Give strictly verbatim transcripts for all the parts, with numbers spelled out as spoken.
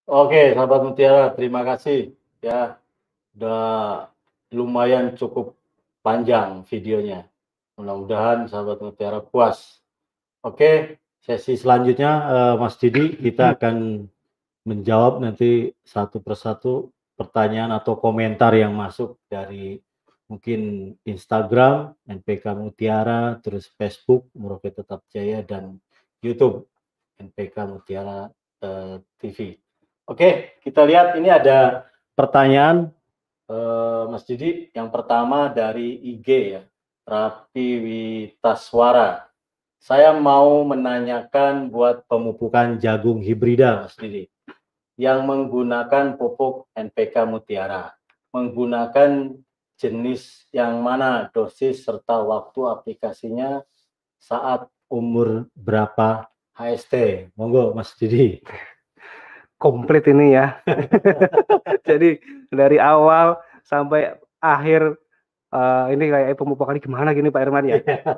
Oke, sahabat Mutiara, terima kasih ya. Udah lumayan cukup panjang videonya. Mudah-mudahan sahabat Mutiara puas. Oke, sesi selanjutnya eh, Mas Didi kita akan menjawab nanti satu persatu pertanyaan atau komentar yang masuk dari mungkin Instagram N P K Mutiara, terus Facebook Merauke Tetap Jaya, dan YouTube N P K Mutiara eh, T V. Oke, kita lihat ini ada pertanyaan eh, Mas Didi. Yang pertama dari I G ya, Rapi Witaswara. Saya mau menanyakan buat pemupukan jagung hibrida, Mas Didi, yang menggunakan pupuk N P K Mutiara. Menggunakan jenis yang mana, dosis, serta waktu aplikasinya, saat umur berapa, H S T. Monggo, Mas Didi. Komplit ini ya. Jadi dari awal sampai akhir uh, ini kayak pemupukan gimana gini Pak Herman ya.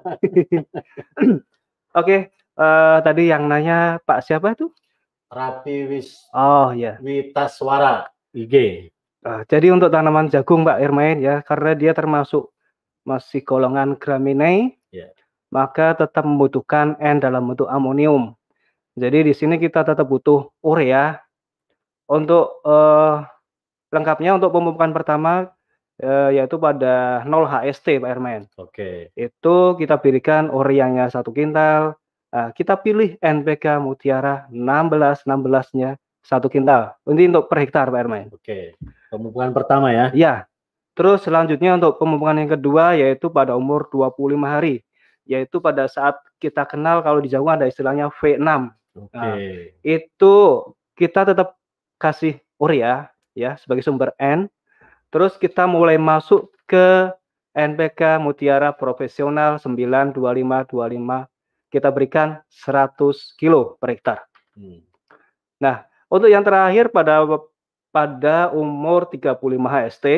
Oke, uh, tadi yang nanya Pak siapa itu? Rapi Wis Oh ya. Witaswara I G. Uh, jadi untuk tanaman jagung Pak Herman ya, karena dia termasuk masih golongan Gramineae, yeah, maka tetap membutuhkan N dalam bentuk amonium. Jadi di sini kita tetap butuh urea. Untuk uh, lengkapnya untuk pemupukan pertama uh, yaitu pada nol H S T Pak Herman. Oke. Itu kita berikan ureanya satu kintal. Uh, kita pilih N P K Mutiara enam belas enam belas-nya satu kintal. Ini untuk per hektar Pak Herman. Oke. Pemupukan pertama ya. Iya. Terus selanjutnya untuk pemupukan yang kedua yaitu pada umur dua puluh lima hari. Yaitu pada saat kita kenal kalau di Jawa ada istilahnya V enam. Oke. Nah, itu kita tetap kasih urea ya sebagai sumber N. Terus kita mulai masuk ke N P K Mutiara Profesional sembilan dua lima dua lima. Kita berikan seratus kilo per hektar. Hmm. Nah, untuk yang terakhir pada pada umur tiga puluh lima H S T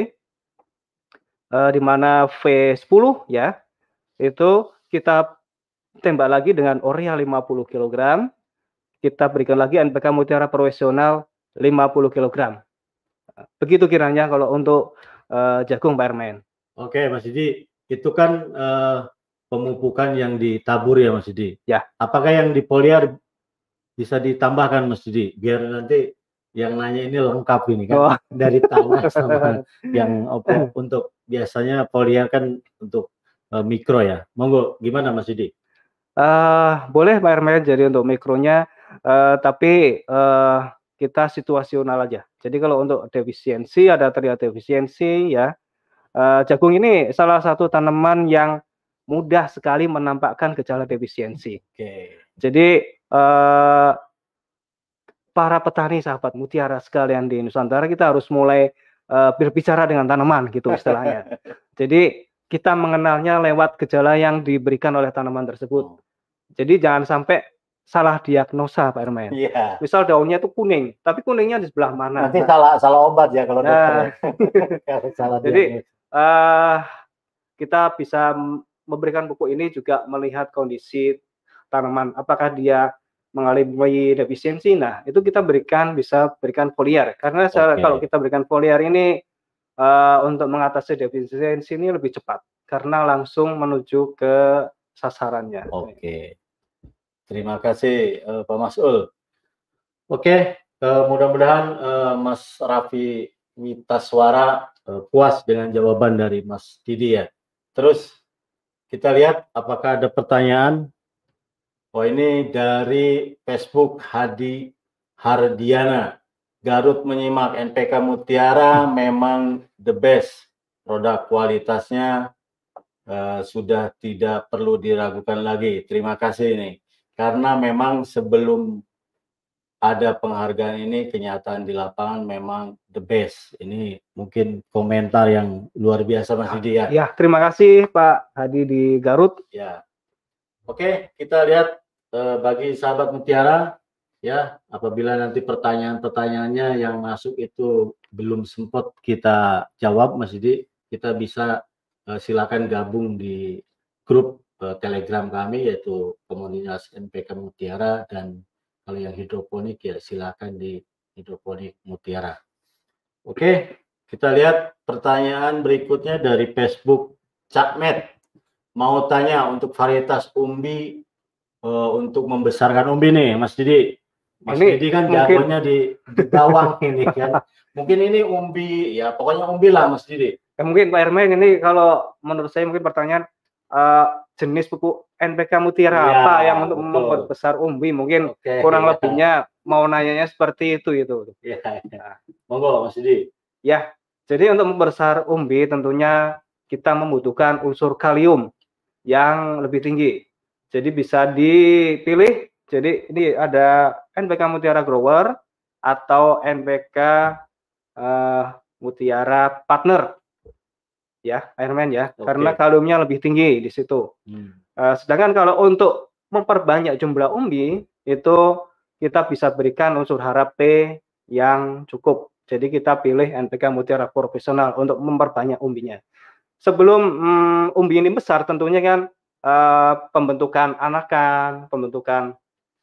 eh, di mana V sepuluh ya. Itu kita tembak lagi dengan urea lima puluh kilogram. Kita berikan lagi N P K Mutiara Profesional lima puluh kilogram. Begitu kiranya kalau untuk uh, jagung Pak Herman. Oke Mas Didi, itu kan uh, pemupukan yang ditabur ya Mas Didi. Ya. Apakah yang difoliar bisa ditambahkan Mas Didi? Biar nanti yang nanya ini lengkap ini kan. Oh. Dari tanah sama yang apa, untuk biasanya foliar kan untuk uh, mikro ya. Monggo, gimana Mas Didi? Uh, boleh Pak Herman, jadi untuk mikronya, uh, tapi uh, kita situasional aja. Jadi kalau untuk defisiensi ada triad defisiensi ya. Uh, jagung ini salah satu tanaman yang mudah sekali menampakkan gejala defisiensi. Oke. Jadi uh, para petani sahabat Mutiara sekalian di Nusantara, kita harus mulai uh, berbicara dengan tanaman gitu istilahnya. Jadi kita mengenalnya lewat gejala yang diberikan oleh tanaman tersebut. Jadi jangan sampai salah diagnosa Pak Herman. Iya. Misal daunnya itu kuning, tapi kuningnya di sebelah mana? Nanti nah, salah salah obat ya kalau nah, dokter. Salah jadi uh, kita bisa memberikan pupuk ini juga melihat kondisi tanaman, apakah dia mengalami defisiensi. Nah, itu kita berikan, bisa berikan foliar. Karena okay, kalau kita berikan foliar ini uh, untuk mengatasi defisiensi ini lebih cepat karena langsung menuju ke sasarannya. Oke. Okay. Terima kasih uh, Pak Masul. Oke, okay, uh, mudah-mudahan uh, Mas Rafi Witaswara uh, puas dengan jawaban dari Mas Didi ya. Terus kita lihat apakah ada pertanyaan. Oh, ini dari Facebook Hadi Hardiana. Garut menyimak, N P K Mutiara memang the best. Produk kualitasnya uh, sudah tidak perlu diragukan lagi. Terima kasih nih. Karena memang sebelum ada penghargaan ini, kenyataan di lapangan memang the best. Ini mungkin komentar yang luar biasa Mas Didi ya. Ya, terima kasih Pak Hadi di Garut. Ya. Oke, kita lihat eh, bagi sahabat Mutiara ya, apabila nanti pertanyaan-pertanyaannya yang masuk itu belum sempat kita jawab Mas Didi, kita bisa eh, silakan gabung di grup eh, Telegram kami yaitu komunitas N P K Mutiara, dan kalau yang hidroponik ya silakan di hidroponik mutiara. Oke, kita lihat pertanyaan berikutnya dari Facebook Cakmet. Mau tanya untuk varietas umbi uh, untuk membesarkan umbi nih, Mas Didi. Mas Ini Didi kan mungkin- jagonya di, di gawang ini kan. Mungkin ini umbi, ya pokoknya umbi lah Mas Didi. Ya, mungkin Pak Herman ini kalau menurut saya mungkin pertanyaan uh, jenis pupuk N P K Mutiara Ya, apa yang untuk betul. memperbesar umbi, mungkin Oke, kurang ya. lebihnya mau nanyanya seperti itu itu. Ya, ya. Monggo Mas Didi. Ya, jadi untuk membesar umbi tentunya kita membutuhkan unsur kalium yang lebih tinggi. Jadi bisa dipilih. Jadi ini ada N P K Mutiara Grower atau N P K uh, Mutiara Partner. Ya, Airman ya, Oke. karena kaliumnya lebih tinggi di situ. Hmm. Uh, sedangkan kalau untuk memperbanyak jumlah umbi itu kita bisa berikan unsur H R A P yang cukup. Jadi kita pilih N P K Mutiara Profesional untuk memperbanyak umbinya. Sebelum um, umbi ini besar, tentunya kan uh, pembentukan anakan, pembentukan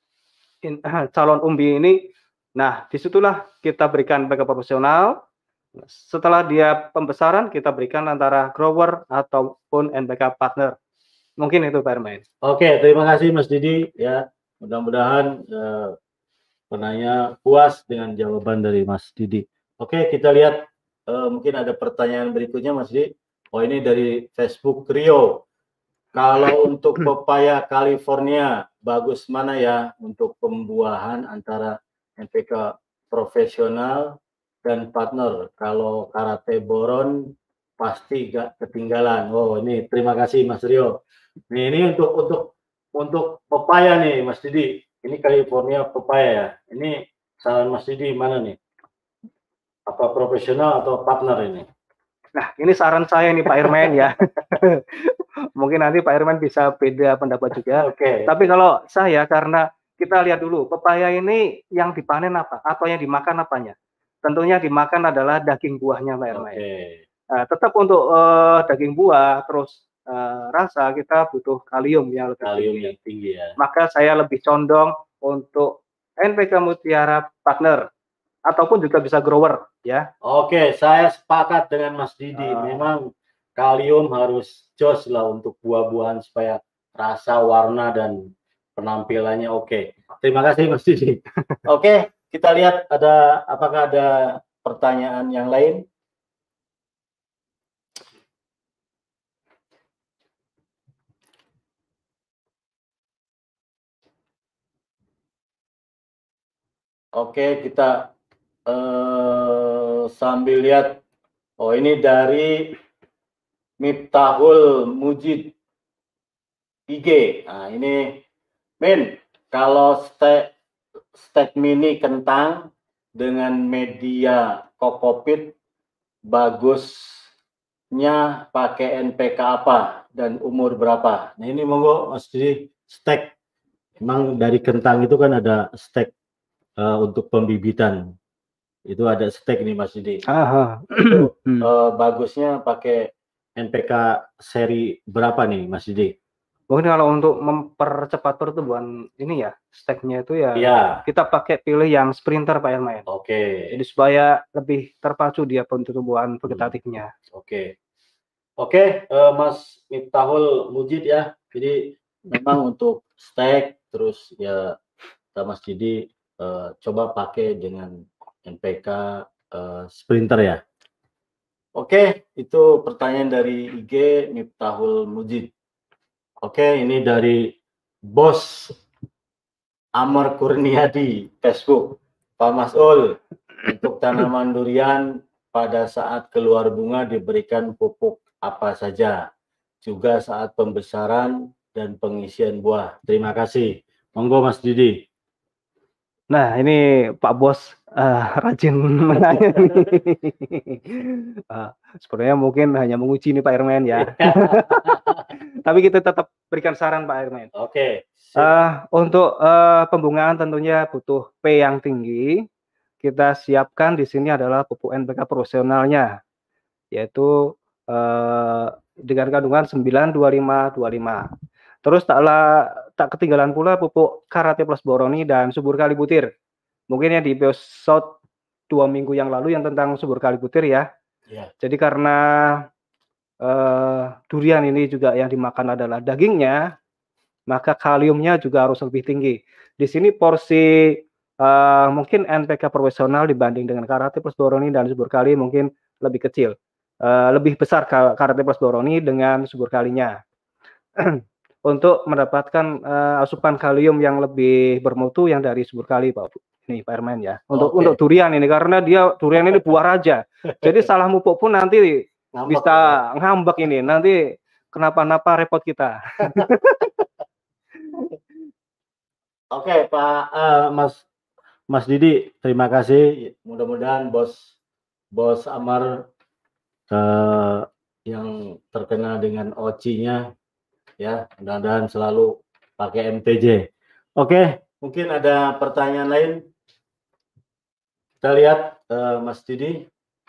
in, uh, calon umbi ini. Nah, disitulah kita berikan N P K Profesional. Setelah dia pembesaran, kita berikan antara grower ataupun N P K partner. Mungkin itu Pak Herman. Oke, terima kasih Mas Didi. Ya, mudah-mudahan eh, penanya puas dengan jawaban dari Mas Didi. Oke, kita lihat eh, mungkin ada pertanyaan berikutnya Mas Didi. Oh, ini dari Facebook Rio. Kalau untuk pepaya California, bagus mana ya untuk pembuahan antara N P K profesional dan partner? Kalau karate boron pasti gak ketinggalan. Oh, ini terima kasih Mas Rio. Nih, ini untuk untuk untuk pepaya nih Mas Didi. Ini California pepaya ya. Ini saran Mas Didi mana nih? Apa profesional atau partner ini? Nah, ini saran saya nih Pak Herman ya. Mungkin nanti Pak Herman bisa beda pendapat juga. Oke. Okay. Tapi kalau saya, karena kita lihat dulu pepaya ini yang dipanen apa atau yang dimakan apanya. Tentunya dimakan adalah daging buahnya Pak Herman. Okay. Nah, tetap untuk uh, daging buah terus uh, rasa kita butuh kalium yang lebih kalium tinggi. yang tinggi ya. Maka saya lebih condong untuk N P K Mutiara Partner ataupun juga bisa grower ya. Oke, saya sepakat dengan Mas Didi. Uh, Memang kalium harus jos lah untuk buah-buahan supaya rasa, warna dan penampilannya oke. Terima kasih Mas Didi. Oke, kita lihat ada apakah ada pertanyaan yang lain. Oke, kita eh, sambil lihat. Oh, ini dari Miftahul Mujid I G. Nah, ini Min, kalau stek stek mini kentang dengan media kokopit bagusnya pakai N P K apa dan umur berapa? Nah, ini monggo Mas Didi, stek. Memang dari kentang itu kan ada stek uh, untuk pembibitan. Itu ada stek nih Mas Didi. Aha. Itu uh, bagusnya pakai N P K seri berapa nih Mas Didi? Mungkin kalau untuk mempercepat pertumbuhan ini ya, steknya itu ya, ya. kita pakai pilih yang sprinter Pak Herman. Oke. Okay. Jadi supaya lebih terpacu dia pertumbuhan vegetatifnya. Hmm. Oke. Okay. Oke, okay, uh, Mas Miftahul Mujid ya. Jadi memang untuk stek terus ya Mas Didi uh, coba pakai dengan N P K uh, sprinter ya. Oke, okay, itu pertanyaan dari I G Miftahul Mujid. Oke, okay, ini dari Bos Amar Kurniadi Facebook. Pak Mas'ul, untuk tanaman durian pada saat keluar bunga diberikan pupuk apa saja? Juga saat pembesaran dan pengisian buah. Terima kasih. Monggo Mas Didi. Nah, ini Pak Bos uh, rajin menanya nih. Uh, sebenarnya mungkin hanya menguji nih Pak Herman ya. Tapi kita tetap berikan saran Pak Herman. Oke. Okay. Uh, untuk uh, pembungaan tentunya butuh P yang tinggi. Kita siapkan di sini adalah pupuk N P K profesionalnya, yaitu uh, dengan kandungan sembilan dua lima dua lima. Terus taklah tak ketinggalan pula pupuk Karate Plus Boroni dan subur kali butir. Mungkin ya di episode dua minggu yang lalu yang tentang subur kali butir ya. Iya. Jadi karena uh, durian ini juga yang dimakan adalah dagingnya, maka kaliumnya juga harus lebih tinggi. Di sini porsi uh, mungkin N P K profesional dibanding dengan karate plus boroni dan subur kali mungkin lebih kecil. Uh, lebih besar karate plus boroni dengan subur kalinya. Untuk mendapatkan uh, asupan kalium yang lebih bermutu yang dari subur kali, Pak. Ini Pak Herman ya. Untuk Oke. untuk durian ini karena dia durian ini buah raja. Jadi salah mupuk pun nanti ngambek bisa ya. Ngambek ini. Nanti kenapa-napa repot kita. Oke, Pak uh, Mas Mas Didi, terima kasih. Mudah-mudahan bos bos Amar uh, yang terkena dengan O C I-nya ya, mudah-mudahan selalu pakai M T J. Oke, mungkin ada pertanyaan lain. Kita lihat uh, Mas Didi.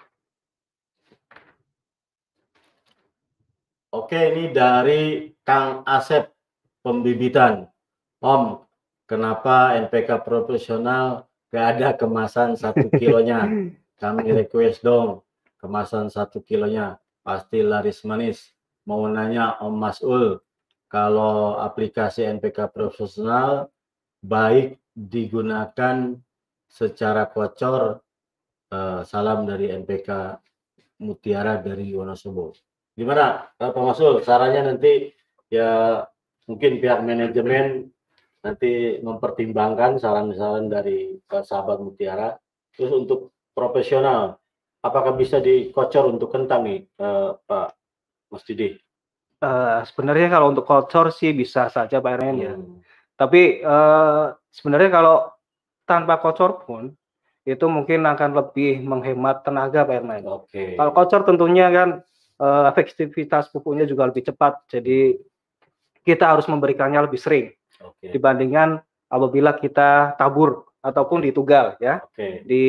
Oke, ini dari Kang Asep Pembibitan. Om, kenapa N P K profesional gak ada kemasan satu kilonya? Kami request dong kemasan satu kilonya. Pasti laris manis. Mau nanya Om Mas'ul, kalau aplikasi N P K profesional baik digunakan secara kocor. Uh, salam dari N P K Mutiara dari Wonosobo. Gimana Pak Mas'ul? Sarannya nanti ya mungkin pihak manajemen nanti mempertimbangkan saran-saran dari uh, sahabat Mutiara. Terus untuk profesional, apakah bisa dikocor untuk kentang nih uh, Pak Mas Didi? Uh, sebenarnya kalau untuk kocor sih bisa saja Pak Herman hmm. ya. Tapi uh, sebenarnya kalau tanpa kocor pun itu mungkin akan lebih menghemat tenaga Pak Herman. Oke. Okay. Kalau kocor tentunya kan uh, efektivitas pupuknya juga lebih cepat. Jadi kita harus memberikannya lebih sering okay. dibandingkan apabila kita tabur ataupun ditugal ya. Okay. Di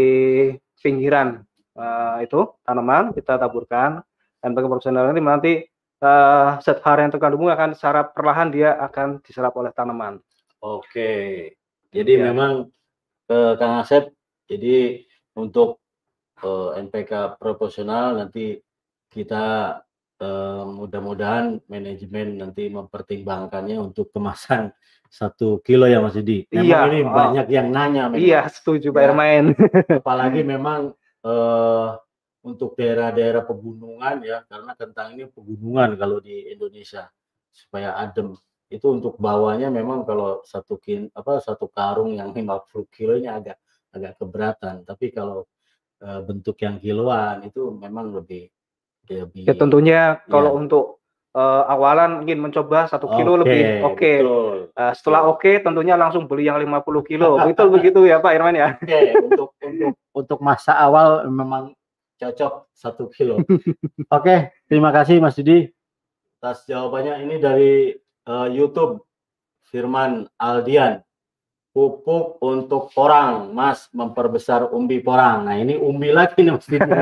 pinggiran uh, itu tanaman kita taburkan dan bagi profesional ini nanti uh, zat hara yang terkandung akan secara perlahan dia akan diserap oleh tanaman. Oke. Okay. Jadi ya. Memang uh, Kang Asep, jadi untuk uh, N P K profesional nanti kita uh, mudah-mudahan manajemen nanti mempertimbangkannya untuk kemasan satu kilo ya Mas Didi. Memang iya, ini oh, banyak yang nanya. Memang. Iya setuju Pak Herman. Ya, apalagi memang uh, untuk daerah-daerah pegunungan ya, karena kentang ini pegunungan kalau di Indonesia supaya adem. Itu untuk bawahnya memang kalau satu kin apa satu karung yang lima puluh kilo ini agak agak keberatan. Tapi kalau uh, bentuk yang kiloan itu memang lebih lebih. Ya tentunya kalau ya. Untuk uh, awalan ingin mencoba satu kilo okay, lebih oke. Okay. Uh, setelah oke okay, tentunya langsung beli yang lima puluh kilo. Betul begitu ya Pak Herman ya. Oke, okay, untuk untuk untuk masa awal memang cocok satu kilo. Oke, okay, terima kasih Mas Didi atas jawabannya. Ini dari uh, YouTube Firman Aldian. Pupuk untuk porang, Mas, memperbesar umbi porang. Nah, ini umbi lagi nih Mas Didi.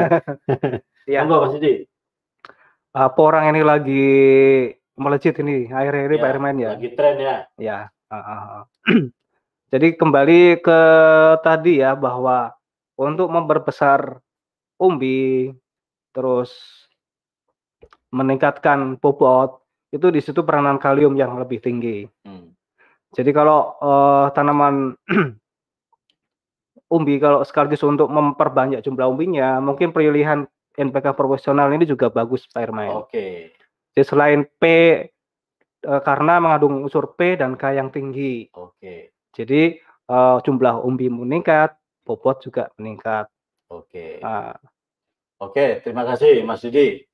Ya. Monggo Mas Didi. Uh, porang ini lagi melejit ini akhir-akhir ini ya, Pak Herman ya. Lagi tren ya. Ya. Uh, uh, Jadi kembali ke tadi ya bahwa untuk memperbesar umbi terus meningkatkan bobot itu di situ peranan kalium yang lebih tinggi. Hmm. Jadi kalau uh, tanaman umbi kalau sekaligus untuk memperbanyak jumlah umbinya, mungkin pilihan N P K profesional ini juga bagus Pak Herman. Oke. Okay. Jadi selain P uh, karena mengandung unsur P dan K yang tinggi. Oke. Okay. Jadi uh, jumlah umbi meningkat, bobot juga meningkat. Oke. Okay. Uh, Oke, okay, terima kasih Mas Didi.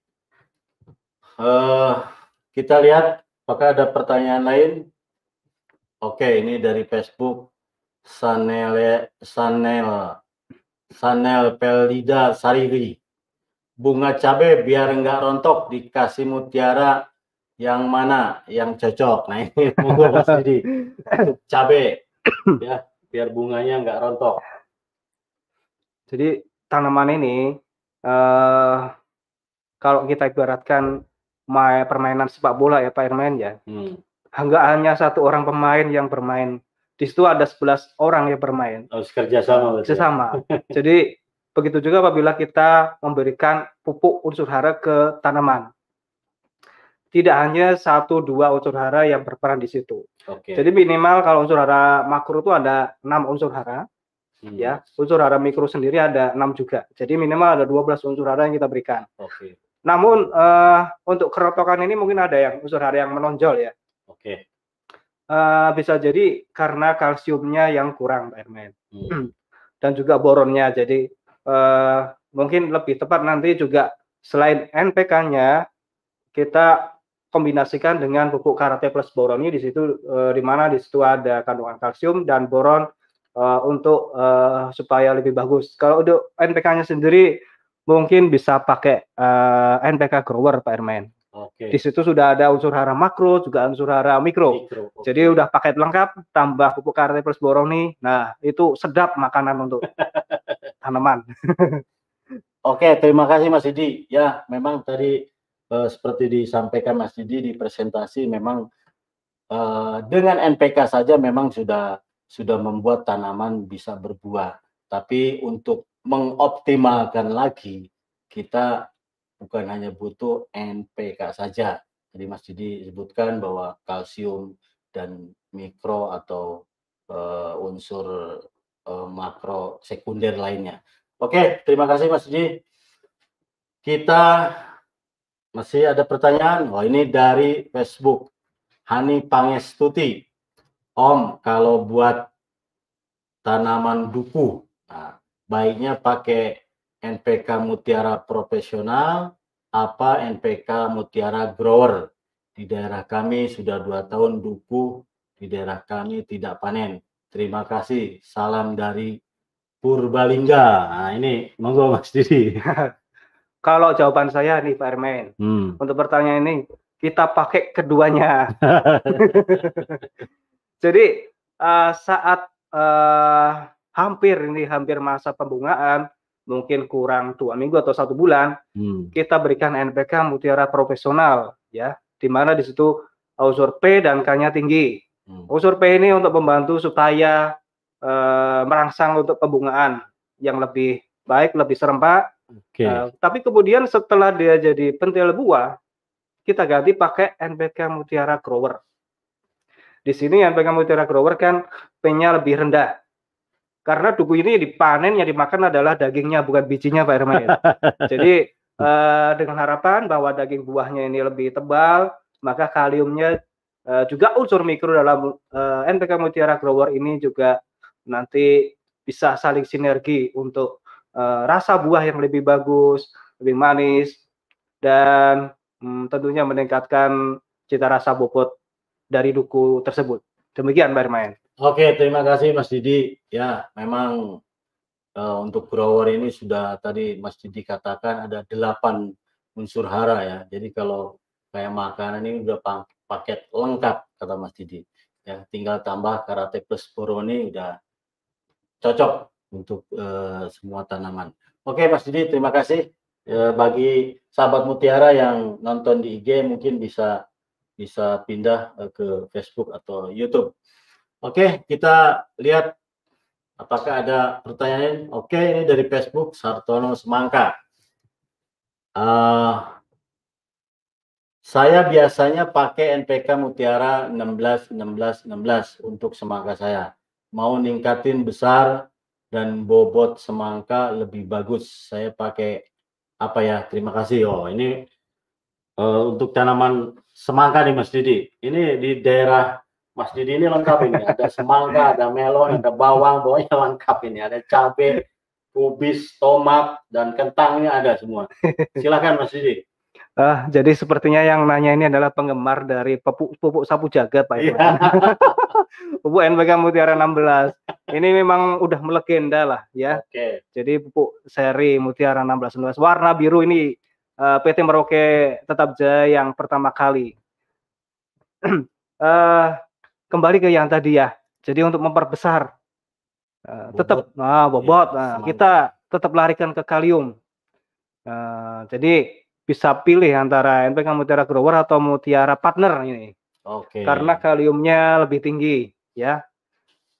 Uh, kita lihat apakah ada pertanyaan lain. Oke, okay, ini dari Facebook Sanel Sanel Sanel Pelida Sariri. Bunga cabai biar enggak rontok dikasih Mutiara yang mana yang cocok. Nah ini monggo Mas Didi. Cabai ya biar bunganya enggak rontok. Jadi tanaman ini uh, kalau kita ibaratkan permainan sepak bola ya Pak Herman ya. Hmm. Enggak hanya satu orang pemain yang bermain di situ ada sebelas orang yang bermain. Harus kerjasama. Kerjasama. Jadi begitu juga apabila kita memberikan pupuk unsur hara ke tanaman. Tidak hanya satu dua unsur hara yang berperan di situ. Oke. Jadi minimal kalau unsur hara makro itu ada enam unsur hara. Hmm. Ya, unsur hara mikro sendiri ada enam juga. Jadi minimal ada dua belas unsur hara yang kita berikan. Oke. Namun uh, untuk kerotokan ini mungkin ada yang unsur hara yang menonjol ya. Oke. Uh, bisa jadi karena kalsiumnya yang kurang, Pak Herman. Hmm. Dan juga boronnya. Jadi uh, mungkin lebih tepat nanti juga selain N P K-nya kita kombinasikan dengan pupuk karate plus boron ini di situ uh, di mana di situ ada kandungan kalsium dan boron uh, untuk uh, supaya lebih bagus. Kalau untuk N P K-nya sendiri mungkin bisa pakai uh, N P K grower, Pak Herman. Oke. Di situ sudah ada unsur hara makro juga unsur hara mikro. mikro okay. Jadi udah paket lengkap tambah pupuk karate plus boron nih. Nah, itu sedap makanan untuk tanaman. Oke, terima kasih Mas Didi. Ya, memang tadi Uh, seperti disampaikan Mas Didi di presentasi, memang uh, dengan N P K saja memang sudah sudah membuat tanaman bisa berbuah. Tapi untuk mengoptimalkan lagi, kita bukan hanya butuh N P K saja. Jadi Mas Didi sebutkan bahwa kalsium dan mikro atau uh, unsur uh, makro sekunder lainnya. Oke, terima kasih Mas Didi. Kita masih ada pertanyaan? Oh, ini dari Facebook. Hani Pangestuti. Om, kalau buat tanaman duku, nah, baiknya pakai N P K Mutiara Profesional apa N P K Mutiara Grower? Di daerah kami sudah dua tahun duku, di daerah kami tidak panen. Terima kasih. Salam dari Purbalingga. Nah, ini monggo Mas Didi. Kalau jawaban saya nih Pak Herman, hmm. untuk pertanyaan ini kita pakai keduanya. Jadi uh, saat uh, hampir ini hampir masa pembungaan, mungkin kurang dua minggu atau satu bulan, hmm. kita berikan N P K Mutiara Profesional, ya, di mana di situ unsur P dan K-nya tinggi. Hmm. Unsur P ini untuk membantu supaya uh, merangsang untuk pembungaan yang lebih baik, lebih serempak. Okay. Uh, tapi kemudian setelah dia jadi pentil buah, kita ganti pakai N P K Mutiara Grower. Di sini N P K Mutiara Grower kan P-nya lebih rendah. Karena duku ini dipanen, yang dimakan adalah dagingnya, bukan bijinya, Pak Herman. Jadi uh, dengan harapan bahwa daging buahnya ini lebih tebal, maka kaliumnya uh, juga unsur mikro dalam uh, N P K Mutiara Grower ini juga nanti bisa saling sinergi untuk Uh, rasa buah yang lebih bagus, lebih manis, dan hmm, tentunya meningkatkan cita rasa bobot dari duku tersebut. Demikian Pak Herman. Oke, terima kasih Mas Didi. Ya, memang uh, untuk grower ini sudah tadi Mas Didi katakan ada delapan unsur hara ya. Jadi kalau kayak makanan ini udah paket lengkap kata Mas Didi. Ya, tinggal tambah karate plus boron ini udah cocok untuk uh, semua tanaman. Oke Mas Didi, terima kasih. Uh, bagi sahabat Mutiara yang nonton di I G mungkin bisa bisa pindah uh, ke Facebook atau YouTube. Oke, kita lihat apakah ada pertanyaan. Oke, ini dari Facebook Sartono Semangka. Uh, saya biasanya pakai N P K Mutiara enam belas enam belas enam belas untuk semangka saya. Mau ningkatin besar dan bobot semangka lebih bagus, saya pakai apa ya? Terima kasih. Oh, ini uh, untuk tanaman semangka nih Mas Didi. Ini di daerah Mas Didi ini lengkap ini. Ada semangka, ada melon, ada bawang, bawangnya lengkap ini. Ada cabai, kubis, tomat, dan kentangnya ada semua. Silakan Mas Didi. Uh, jadi sepertinya yang nanya ini adalah penggemar dari pupuk, pupuk sapu jagat Pak Irwan. Pupuk N P K Mutiara enam belas. Ini memang udah melegenda lah ya. Okay. Jadi pupuk seri Mutiara enam belas enam belas warna biru ini uh, P T Merauke Tetap Jaya yang pertama kali. uh, kembali ke yang tadi ya. Jadi untuk memperbesar uh, tetap nah bobot, ya, nah, kita tetap larikan ke kalium. Uh, jadi bisa pilih antara N P K Mutiara Grower atau Mutiara Partner ini. Oke. Karena kaliumnya lebih tinggi, ya.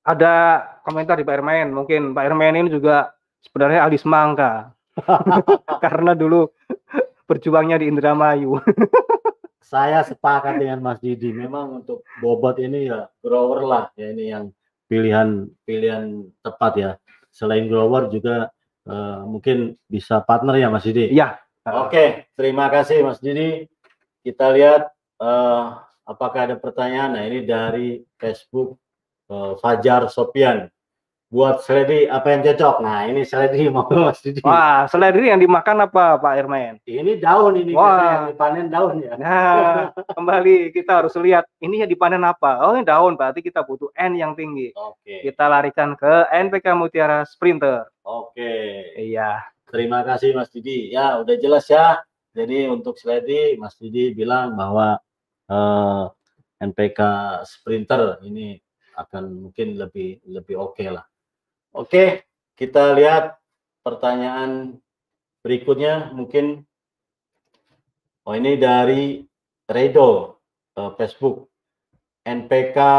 Ada komentar di Pak Hermain, mungkin Pak Hermain ini juga sebenarnya ahli semangka. Karena dulu berjuangnya di Indramayu. Saya sepakat dengan Mas Didi, memang untuk bobot ini ya grower lah ya, ini yang pilihan pilihan tepat ya. Selain grower juga uh, mungkin bisa partner ya Mas Didi. Iya. Oke, terima kasih Mas Didi. Kita lihat uh, apakah ada pertanyaan. Nah, ini dari Facebook uh, Fajar Sopian. Buat seledri apa yang cocok? Nah, ini seledri mau Mas Didi. Wah, seledri yang dimakan apa Pak Hermain? Ini daun ini. Wah, yang dipanen daun ya. Nah, kembali kita harus lihat ini yang dipanen apa. Oh, ini daun, berarti kita butuh N yang tinggi. Oke. Kita larikan ke N P K Mutiara Sprinter. Oke. Iya. Terima kasih Mas Didi. Ya, udah jelas ya. Jadi untuk seledri, Mas Didi bilang bahwa uh, N P K Sprinter ini akan mungkin lebih lebih oke okay lah. Oke, kita lihat pertanyaan berikutnya mungkin. Oh, ini dari Redo uh, Facebook. N P K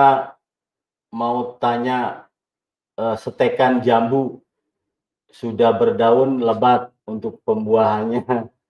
mau tanya uh, setekan jambu sudah berdaun lebat untuk pembuahannya.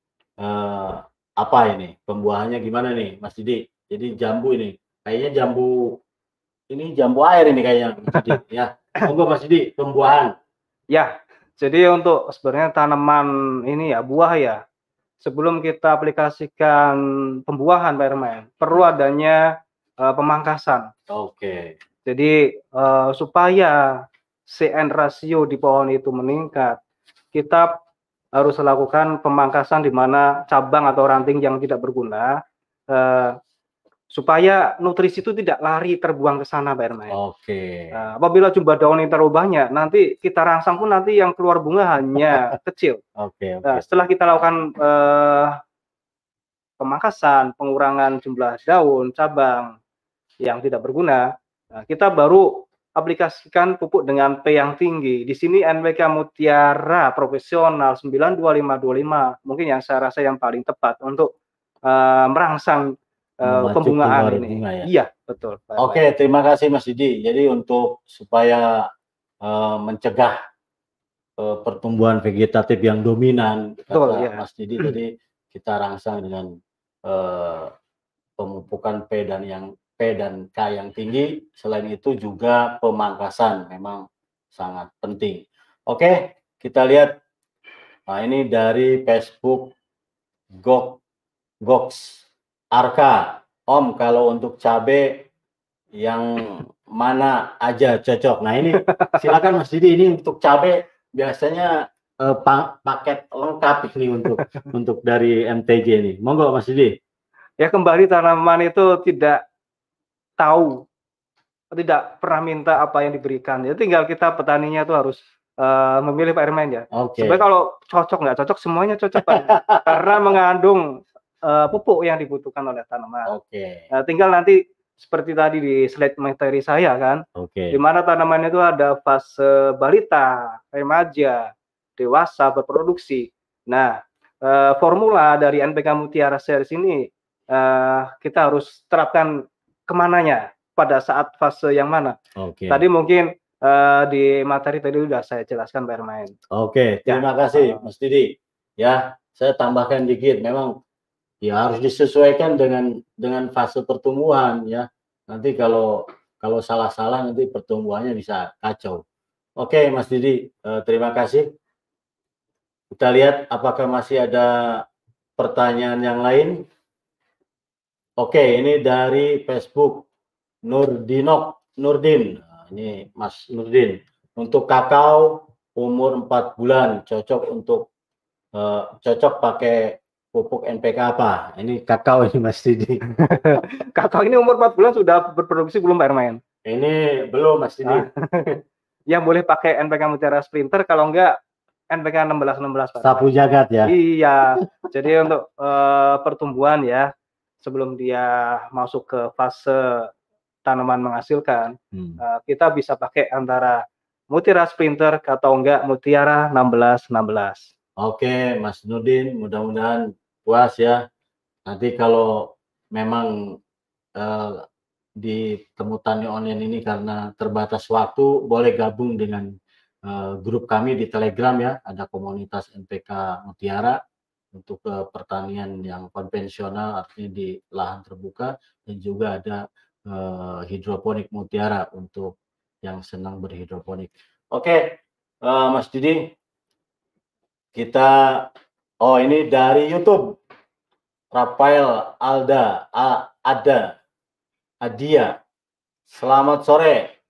Uh, apa ini? Pembuahannya gimana nih, Mas Didi? Jadi jambu ini, kayaknya jambu ini jambu air ini kayaknya, Mas Didi. Ya, monggo Mas Didi, pembuahan. Ya, jadi untuk sebenarnya tanaman ini ya buah ya. Sebelum kita aplikasikan pembuahan Pak Hermain, perlu adanya uh, pemangkasan. Oke. Okay. Jadi uh, supaya C N rasio di pohon itu meningkat, kita harus lakukan pemangkasan di mana cabang atau ranting yang tidak berguna uh, supaya nutrisi itu tidak lari terbuang ke sana, Pak Hermain. Oke. Okay. Nah, apabila jumlah daun yang terlalu banyak, nanti kita rangsang pun nanti yang keluar bunga hanya kecil. Oke. Okay, okay. Nah, setelah kita lakukan uh, pemangkasan, pengurangan jumlah daun, cabang yang tidak berguna, nah, kita baru aplikasikan pupuk dengan P yang tinggi. Di sini N P K Mutiara Profesional sembilan dua lima dua lima mungkin yang saya rasa yang paling tepat untuk uh, merangsang uh, pembungaan ini. Bunga, ya? Iya, betul. Oke, okay, terima kasih Mas Didi. Jadi untuk supaya uh, mencegah uh, pertumbuhan vegetatif yang dominan, betul, kata ya. Mas Didi tadi kita rangsang dengan uh, pemupukan P dan yang P dan K yang tinggi. Selain itu juga pemangkasan memang sangat penting. Oke, kita lihat. Nah, ini dari Facebook Gok Gox Arka. Om, kalau untuk cabai yang mana aja cocok? Nah, ini silakan Mas Didi, ini untuk cabai biasanya eh, pa paket lengkap ini untuk untuk dari M T G ini. Monggo Mas Didi. Ya, kembali tanaman itu tidak tahu, tidak pernah minta apa yang diberikan. Ya tinggal kita petaninya itu harus uh, memilih Pak Hermain ya. Oke. Okay. Sebenarnya kalau cocok nggak cocok semuanya cocok Pak. Karena mengandung uh, pupuk yang dibutuhkan oleh tanaman. Oke. Okay. Nah, tinggal nanti seperti tadi di slide materi saya kan, Oke. Okay. Di mana tanaman itu ada fase balita, remaja, dewasa, berproduksi. Nah, uh, formula dari N P K Mutiara Series ini uh, kita harus terapkan kemananya pada saat fase yang mana. Oke. Okay. Tadi mungkin uh, di materi tadi sudah saya jelaskan Pak Hermain. Oke, okay, terima ya. kasih Mas Didi. Ya, saya tambahkan dikit. Memang ya harus disesuaikan dengan dengan fase pertumbuhan ya. Nanti kalau kalau salah-salah nanti pertumbuhannya bisa kacau. Oke, okay, Mas Didi, uh, terima kasih. Kita lihat apakah masih ada pertanyaan yang lain. Oke, okay, ini dari Facebook Nurdinok Nurdin. Nah, ini Mas Nurdin. Untuk kakao umur empat bulan cocok untuk uh, cocok pakai pupuk N P K apa? Ini kakao ini Mas Didi. Kakao ini umur empat bulan sudah berproduksi belum Pak Hermain? Ini belum Mas Didi. Yang boleh pakai N P K Mutiara Sprinter, kalau enggak N P K enam belas enam belas Pak. Sapu jagat ya. Iya. Jadi untuk uh, pertumbuhan ya, sebelum dia masuk ke fase tanaman menghasilkan, hmm. uh, kita bisa pakai antara Mutiara Sprinter atau enggak Mutiara enam belas enam belas. Oke, Mas Nurdin, mudah-mudahan puas ya. Nanti kalau memang uh, di Temu Tani Online ini karena terbatas waktu, boleh gabung dengan uh, grup kami di Telegram ya, ada komunitas N P K Mutiara untuk uh, pertanian yang konvensional, artinya di lahan terbuka, dan juga ada uh, hidroponik Mutiara untuk yang senang berhidroponik. Oke, uh, Mas Didi, kita, oh ini dari YouTube, Rafael Alda, A, Ada, Adia, selamat sore.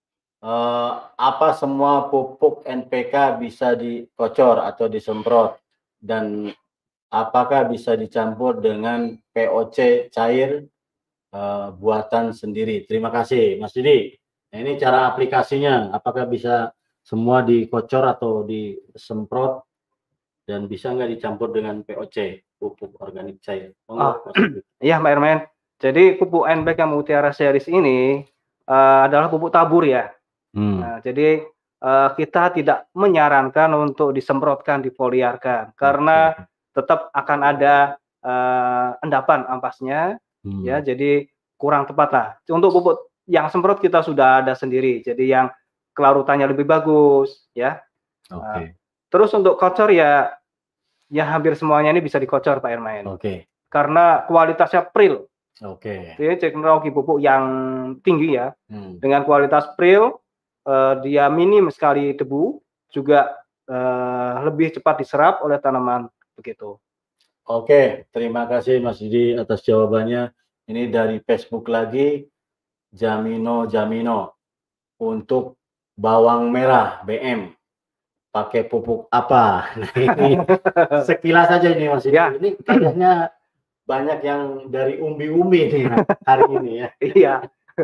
Uh, apa semua pupuk N P K bisa dikocor atau disemprot? Dan apakah bisa dicampur dengan P O C cair uh, buatan sendiri? Terima kasih, Mas Didi. Nah, ini cara aplikasinya. Apakah bisa semua dikocor atau disemprot? Dan bisa nggak dicampur dengan P O C, pupuk organik cair? Oh, iya, Pak Herman. Jadi pupuk N P K Mutiara Series ini uh, adalah pupuk tabur ya. Hmm. Nah, jadi uh, kita tidak menyarankan untuk disemprotkan, difoliarkan, karena tetap akan ada uh, endapan ampasnya, hmm. ya. Jadi kurang tepat lah. Untuk pupuk yang semprot kita sudah ada sendiri. Jadi yang kelarutannya lebih bagus, ya. Oke. Okay. Uh, terus untuk kocor ya, ya hampir semuanya ini bisa dikocor Pak Herman. Oke. Okay. Karena kualitasnya Pril. Oke. Okay. Jadi teknologi pupuk yang tinggi ya, hmm. dengan kualitas Pril. Uh, dia minim sekali debu, juga uh, lebih cepat diserap oleh tanaman begitu. Oke, terima kasih Mas Didi atas jawabannya. Ini dari Facebook lagi, Jamino Jamino, untuk bawang merah B M pakai pupuk apa? Nah, ini sekilas saja ini Mas Didi. Ya. Ini kayaknya banyak yang dari umbi-umbi nih hari ini ya. Iya.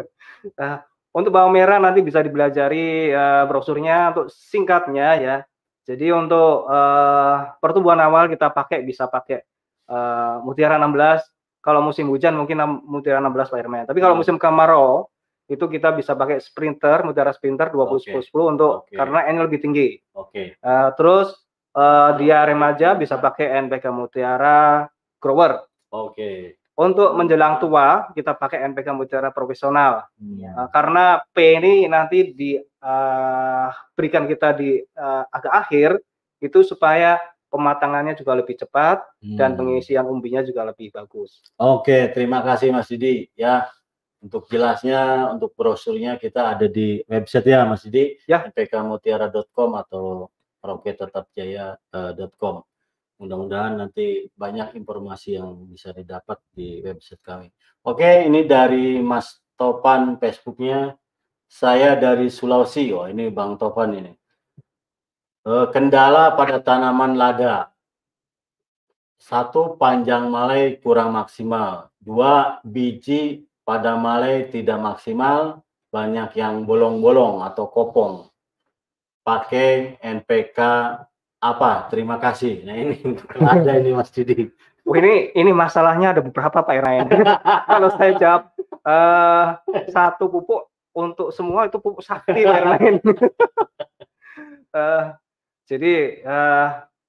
uh, Untuk bawang merah nanti bisa dipelajari uh, brosurnya untuk singkatnya ya. Jadi untuk uh, pertumbuhan awal kita pakai bisa pakai uh, Mutiara enam belas. Kalau musim hujan mungkin Mutiara enam belas Pak Herman. Tapi kalau musim kemarau itu kita bisa pakai Sprinter, Mutiara Sprinter dua puluh sepuluh sepuluh untuk okay. Karena N lebih tinggi. Oke. Okay. Uh, terus uh, dia remaja bisa pakai N P K Mutiara Grower. Oke. Okay. Untuk menjelang tua kita pakai N P K Mutiara Profesional, ya. uh, karena P ini nanti diberikan uh, kita di uh, agak akhir itu supaya pematangannya juga lebih cepat hmm. dan pengisian umbinya juga lebih bagus. Oke, terima kasih Mas Didi ya untuk jelasnya, untuk brosurnya kita ada di website ya Mas Didi, ya. N P K mutiara dot com atau roket tetap jaya dot com. Mudah-mudahan nanti banyak informasi yang bisa didapat di website kami. Oke, ini dari Mas Topan Facebooknya. Saya dari Sulawesi. Oh, ini Bang Topan ini. E, kendala pada tanaman lada. Satu, panjang malai kurang maksimal. Dua, biji pada malai tidak maksimal. Banyak yang bolong-bolong atau kopong. Pakai N P K apa? Terima kasih. Nah ini ada ini Mas Didi. Oh, ini ini masalahnya ada beberapa Pak Herman. Kalau saya jawab uh, satu pupuk untuk semua itu pupuk sakti Pak Herman. uh, jadi uh,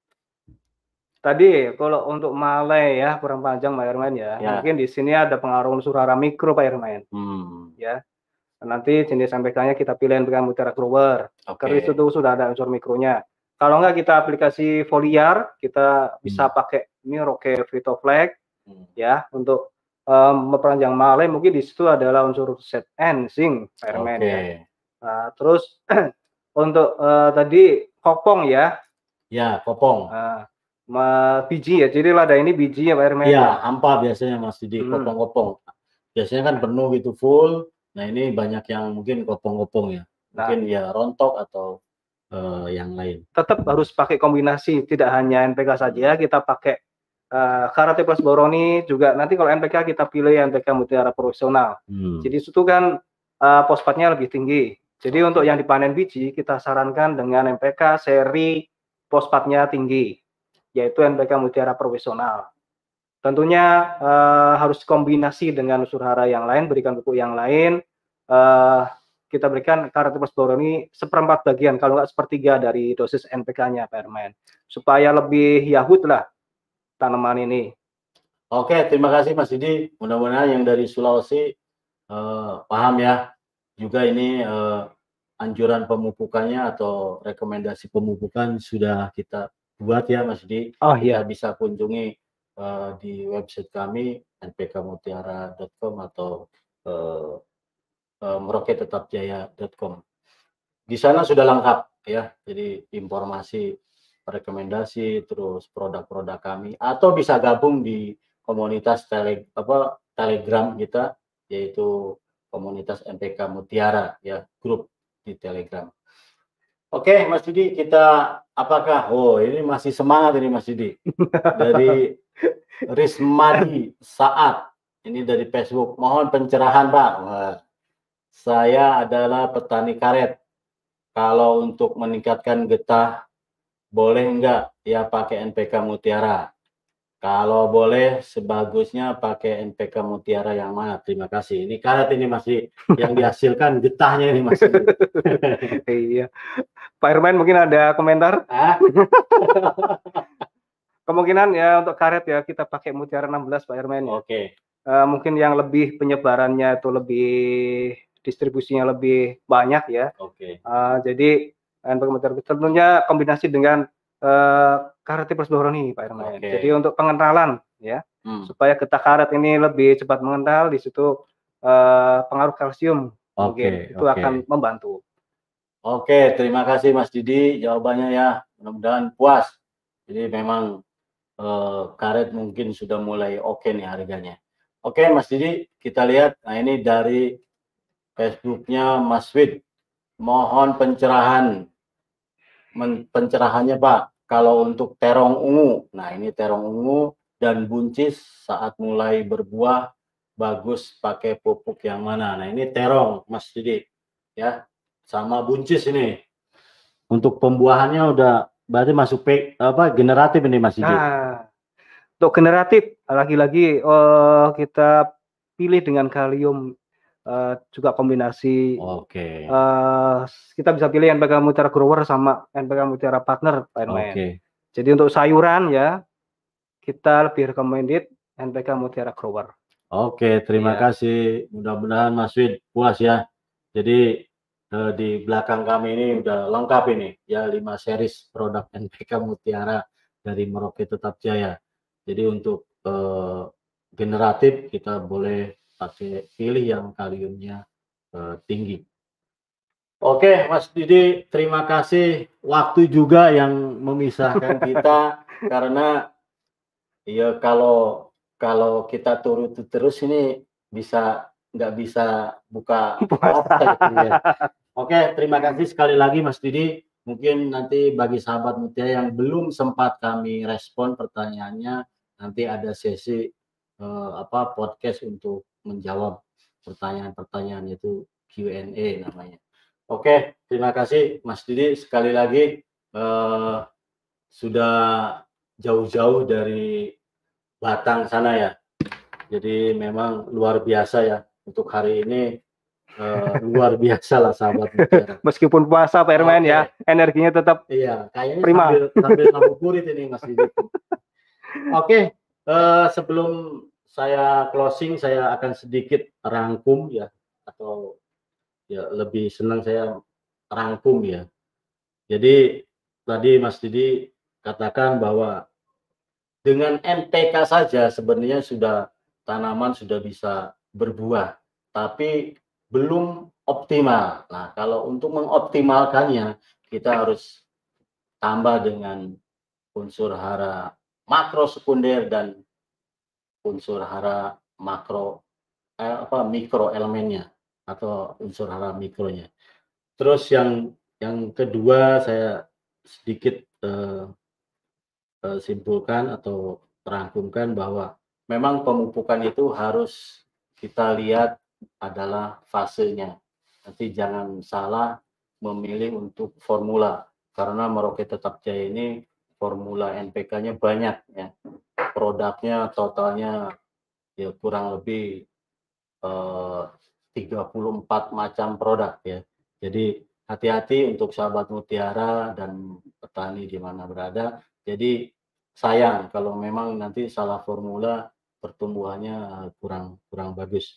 tadi kalau untuk malai ya kurang panjang Pak Herman ya. ya. Mungkin di sini ada pengaruh unsur hara mikro Pak Herman. Hmm. Ya. Nanti jenis N P K-nya kita pilih N P K Mutiara Grower. Okay. Karena itu sudah ada unsur mikronya. Kalau enggak kita aplikasi foliar, kita bisa hmm. pakai ini Roke Vitoflex hmm. ya untuk um, memperpanjang malai. Mungkin di situ adalah unsur Z N, zinc, Herman okay. ya. Nah, terus untuk uh, tadi kopong ya. Ya, kopong. Uh, biji ya. Jadi lada ini biji ya Pak Herman. Iya, ya. Hampa biasanya Mas Didi, kopong-kopong. Hmm. Biasanya kan penuh gitu full. Nah, ini banyak yang mungkin kopong-kopong ya. Mungkin nah. ya rontok atau Uh, yang lain. Tetap harus pakai kombinasi, tidak hanya N P K saja, kita pakai uh, Karate plus Boroni juga. Nanti kalau N P K kita pilih N P K Mutiara Profesional. Hmm. Jadi itu kan uh, fosfatnya lebih tinggi. Jadi okay. untuk yang dipanen biji kita sarankan dengan N P K seri fosfatnya tinggi, yaitu N P K Mutiara Profesional. Tentunya uh, harus kombinasi dengan unsur hara yang lain, berikan pupuk yang lain. Uh, kita berikan Karate plus Boroni seperempat bagian, kalau nggak sepertiga dari dosis N P K-nya Pak Herman, supaya lebih yahut lah tanaman ini. Oke, terima kasih Mas Didi. Mudah-mudahan yang dari Sulawesi eh, paham ya. Juga ini eh, anjuran pemupukannya atau rekomendasi pemupukan sudah kita buat ya Mas Di. Oh Kita iya, bisa kunjungi eh, di website kami n p k mutiara dot com atau eh, eh, meroketetapjaya dot com. Di sana sudah lengkap ya. Jadi informasi rekomendasi terus produk-produk kami atau bisa gabung di komunitas tele apa Telegram kita yaitu komunitas N P K Mutiara ya, grup di Telegram. Oke, Mas Didi, kita apakah oh ini masih semangat ini Mas Didi. Dari Rismadi Saat. Ini dari Facebook. Mohon pencerahan, Pak. Wah, saya adalah petani karet. Kalau untuk meningkatkan getah, boleh enggak ya pakai N P K Mutiara? Kalau boleh, sebagusnya pakai N P K Mutiara yang mana? Terima kasih. Ini karet ini masih yang dihasilkan getahnya ini masih. iya. Pak Herman mungkin ada komentar? Ah, Kemungkinan ya untuk karet ya kita pakai Mutiara enam belas Pak Herman ya. oke. Eh, mungkin yang lebih penyebarannya itu lebih distribusinya lebih banyak ya. Oke. Eh, jadi N P K Mutiara tentunya kombinasi dengan eh, karet tipis boroni Pak Herman. Oke. Jadi untuk pengenalan ya Hmm. supaya getah karet ini lebih cepat mengental di situ eh, pengaruh kalsium mungkin Oke, itu oke. akan membantu. Oke, terima kasih Mas Didi jawabannya ya. Mudah-mudahan puas. Jadi memang eh, karet mungkin sudah mulai oke nih harganya. Oke, Mas Didi, kita lihat. Nah, ini dari Facebooknya Mas Wid. Mohon pencerahan. Men- pencerahannya Pak. Kalau untuk terong ungu. Nah, ini terong ungu dan buncis saat mulai berbuah bagus pakai pupuk yang mana? Nah, ini terong Mas Didi. Ya. Sama buncis ini. Untuk pembuahannya udah berarti masuk pe, apa generatif ini Mas Didi. Nah, untuk generatif lagi-lagi eh, kita pilih dengan kalium eh, juga kombinasi Oke. eh, kita bisa pilih N P K Mutiara Grower sama N P K Mutiara Partner Pak Herman. Oke. Jadi untuk sayuran ya kita lebih recommended N P K Mutiara Grower. Oke, terima Iya. kasih. Mudah-mudahan Mas Wid puas ya. Jadi eh, di belakang kami ini udah lengkap ini ya lima series produk N P K Mutiara dari Merauke Tetap Jaya. Jadi untuk eh, generatif kita boleh pakai pilih yang kaliumnya eh, tinggi. Oke, Mas Didi, terima kasih. Waktu juga yang memisahkan kita karena ya kalau kalau kita turut terus ini bisa nggak bisa buka puasa gitu ya. Oke, terima kasih sekali lagi Mas Didi. Mungkin nanti bagi sahabat Mutia yang belum sempat kami respon pertanyaannya, nanti ada sesi eh, apa podcast untuk menjawab pertanyaan-pertanyaan itu Q and A namanya. Oke, terima kasih Mas Didi sekali lagi eh, sudah jauh-jauh dari Batang sana ya. Jadi memang luar biasa ya untuk hari ini eh, luar biasa lah sahabat Mutiara. Meskipun puasa Pak Herman Oke. ya, energinya tetap Iya, kayaknya prima. sambil sambil ngabuburit ini Mas Didi. Oke, eh, sebelum saya closing saya akan sedikit rangkum ya atau ya lebih senang saya rangkum ya. Jadi tadi Mas Didi katakan bahwa dengan N P K saja sebenarnya sudah tanaman sudah bisa berbuah, tapi belum optimal. Nah, kalau untuk mengoptimalkannya kita harus tambah dengan unsur hara makro sekunder dan unsur hara makro eh, apa mikro elemennya atau unsur hara mikronya. Terus yang yang kedua saya sedikit eh, eh, simpulkan atau terangkumkan bahwa memang pemupukan itu harus kita lihat adalah fasenya. Nanti jangan salah memilih untuk formula karena Merauke Tetap Jaya ini formula N P K-nya banyak ya. Produknya totalnya ya kurang lebih eh, tiga puluh empat macam produk ya. Jadi hati-hati untuk sahabat Mutiara dan petani di mana berada. Jadi sayang kalau memang nanti salah formula pertumbuhannya kurang kurang bagus.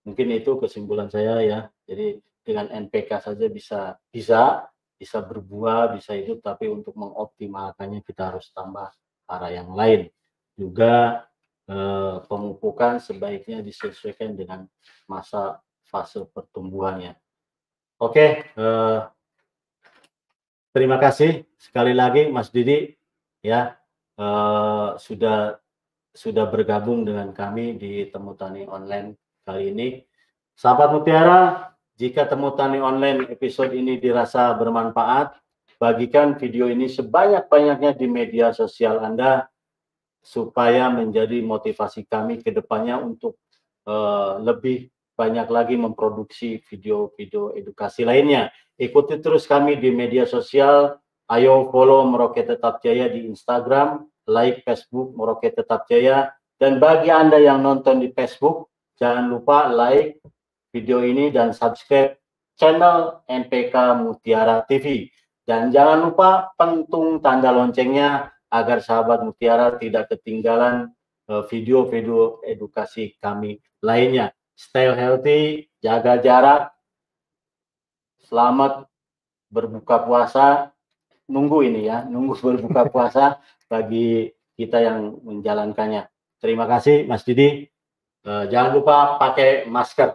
Mungkin itu kesimpulan saya ya. Jadi dengan N P K saja bisa bisa bisa berbuah, bisa hidup, tapi untuk mengoptimalkannya kita harus tambah arah yang lain. Juga eh, pemupukan sebaiknya disesuaikan dengan masa fase pertumbuhannya. Oke, eh, terima kasih sekali lagi Mas Didi ya eh, sudah sudah bergabung dengan kami di Temu Tani Online kali ini. Sahabat Mutiara, jika Temu Tani Online episode ini dirasa bermanfaat, bagikan video ini sebanyak-banyaknya di media sosial Anda supaya menjadi motivasi kami ke depannya untuk uh, lebih banyak lagi memproduksi video-video edukasi lainnya. Ikuti terus kami di media sosial. Ayo follow Merauke Tetap Jaya di Instagram, like Facebook Merauke Tetap Jaya. Dan bagi Anda yang nonton di Facebook, jangan lupa like video ini dan subscribe channel N P K Mutiara T V. Dan jangan lupa pentung tanda loncengnya agar sahabat Mutiara tidak ketinggalan video-video edukasi kami lainnya. Stay healthy, jaga jarak, selamat berbuka puasa. Nunggu ini ya, nunggu berbuka puasa bagi kita yang menjalankannya. Terima kasih Mas Didi. Uh, jangan lupa pakai masker.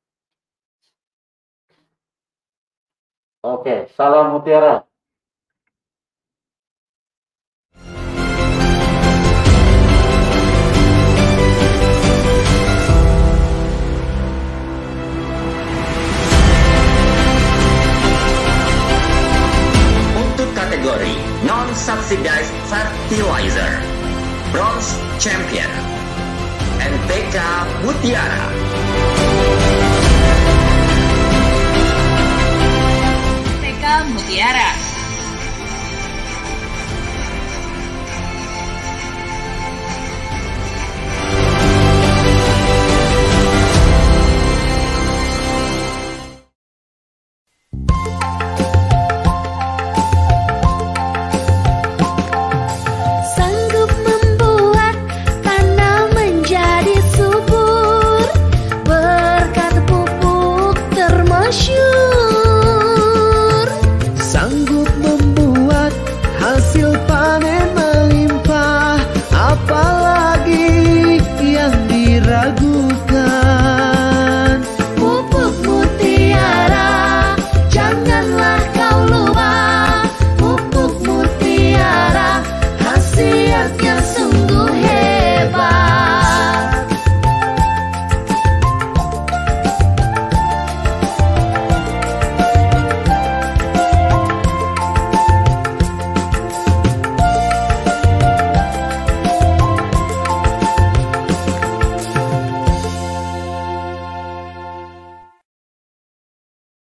Oke, salam Mutiara. Kategori non-subsidized fertilizer Bronze Champion N P K Mutiara. N P K Mutiara